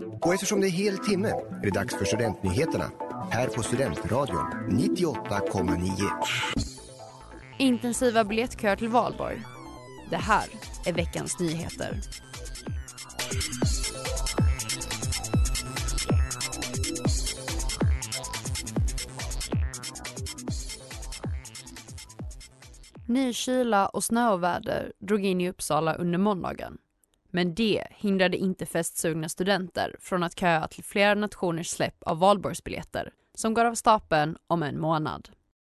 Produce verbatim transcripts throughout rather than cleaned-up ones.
Och eftersom det är hel timme är det dags för Studentnyheterna här på Studentradion nittioåtta komma nio. Intensiva biljettkör till Valborg. Det här är veckans nyheter. Ny kyla och snöväder drog in i Uppsala under måndagen. Men det hindrade inte festsugna studenter från att köa till flera nationers släpp av valborgsbiljetter som går av stapeln om en månad.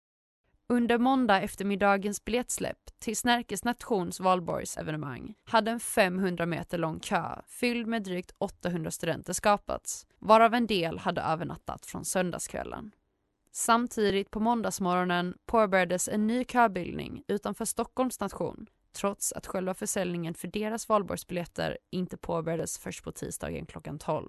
Under måndag eftermiddagens biljettsläpp till Snärkes nations valborgsevenemang hade en femhundra meter lång kö fylld med drygt åttahundra studenter skapats, varav en del hade övernattat från söndagskvällen. Samtidigt på måndagsmorgonen påbörjades en ny köbildning utanför Stockholms nation, trots att själva försäljningen för deras valborgsbiljetter inte påbörjades först på tisdagen klockan tolv.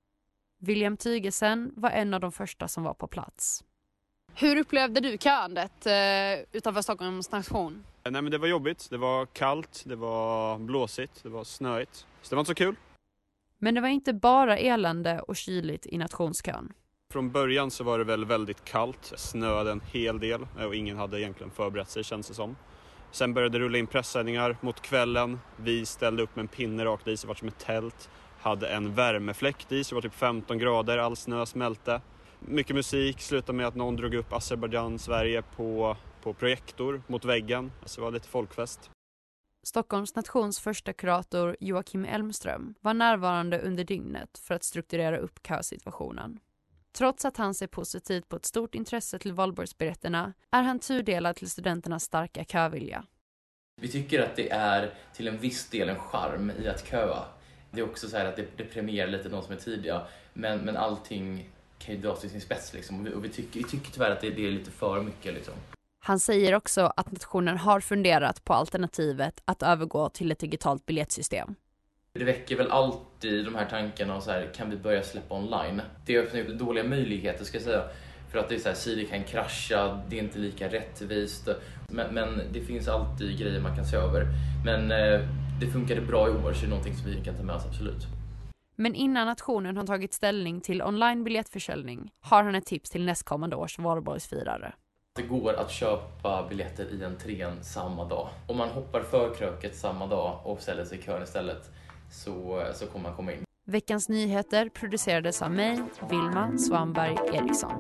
William Tygesen var en av de första som var på plats. Hur upplevde du köandet eh, utanför Stockholms nation? Nej, men det var jobbigt, det var kallt, det var blåsigt, det var snöigt. Så det var inte så kul. Men det var inte bara elände och kyligt i nationskön. Från början så var det väl väldigt kallt, snöade en hel del och ingen hade egentligen förberett sig, känns det som. Sen började det rulla in pressändningar mot kvällen. Vi ställde upp med en pinne rakt i, så det var som ett tält. Hade en värmefläkt i, så det var typ femton grader, all snö smälte. Mycket musik, slutade med att någon drog upp Azerbaijan, Sverige på, på projektor mot väggen. Alltså det var lite folkfest. Stockholms nations första kurator Joakim Elmström var närvarande under dygnet för att strukturera upp kösituationen. Trots att han ser positivt på ett stort intresse till valborgsbiljetterna är han tudelad till studenternas starka kövilja. Vi tycker att det är till en viss del en charm i att köa. Det är också så här att det, det premierar lite de som är tidiga, men, men allting kan ju dras till sin spets liksom. Och vi, och vi, tycker, vi tycker tyvärr att det, det är lite för mycket liksom. Han säger också att nationen har funderat på alternativet att övergå till ett digitalt biljettsystem. Det väcker väl alltid de här tankarna och så här, kan vi börja släppa online? Det är dåliga möjligheter ska jag säga, för att det är så här, sidor kan krascha, det är inte lika rättvist, men, men det finns alltid grejer man kan se över. Men eh, det funkade bra i år, så det är någonting som vi kan ta med oss absolut. Men innan nationen har tagit ställning till online biljettförsäljning har han ett tips till nästkommande års valborgsfirare. Det går att köpa biljetter i entrén samma dag. Om man hoppar för kröket samma dag och ställer sig i kön istället, så, så kommer man komma in. Veckans nyheter producerades av mig, Vilma Svanberg Eriksson.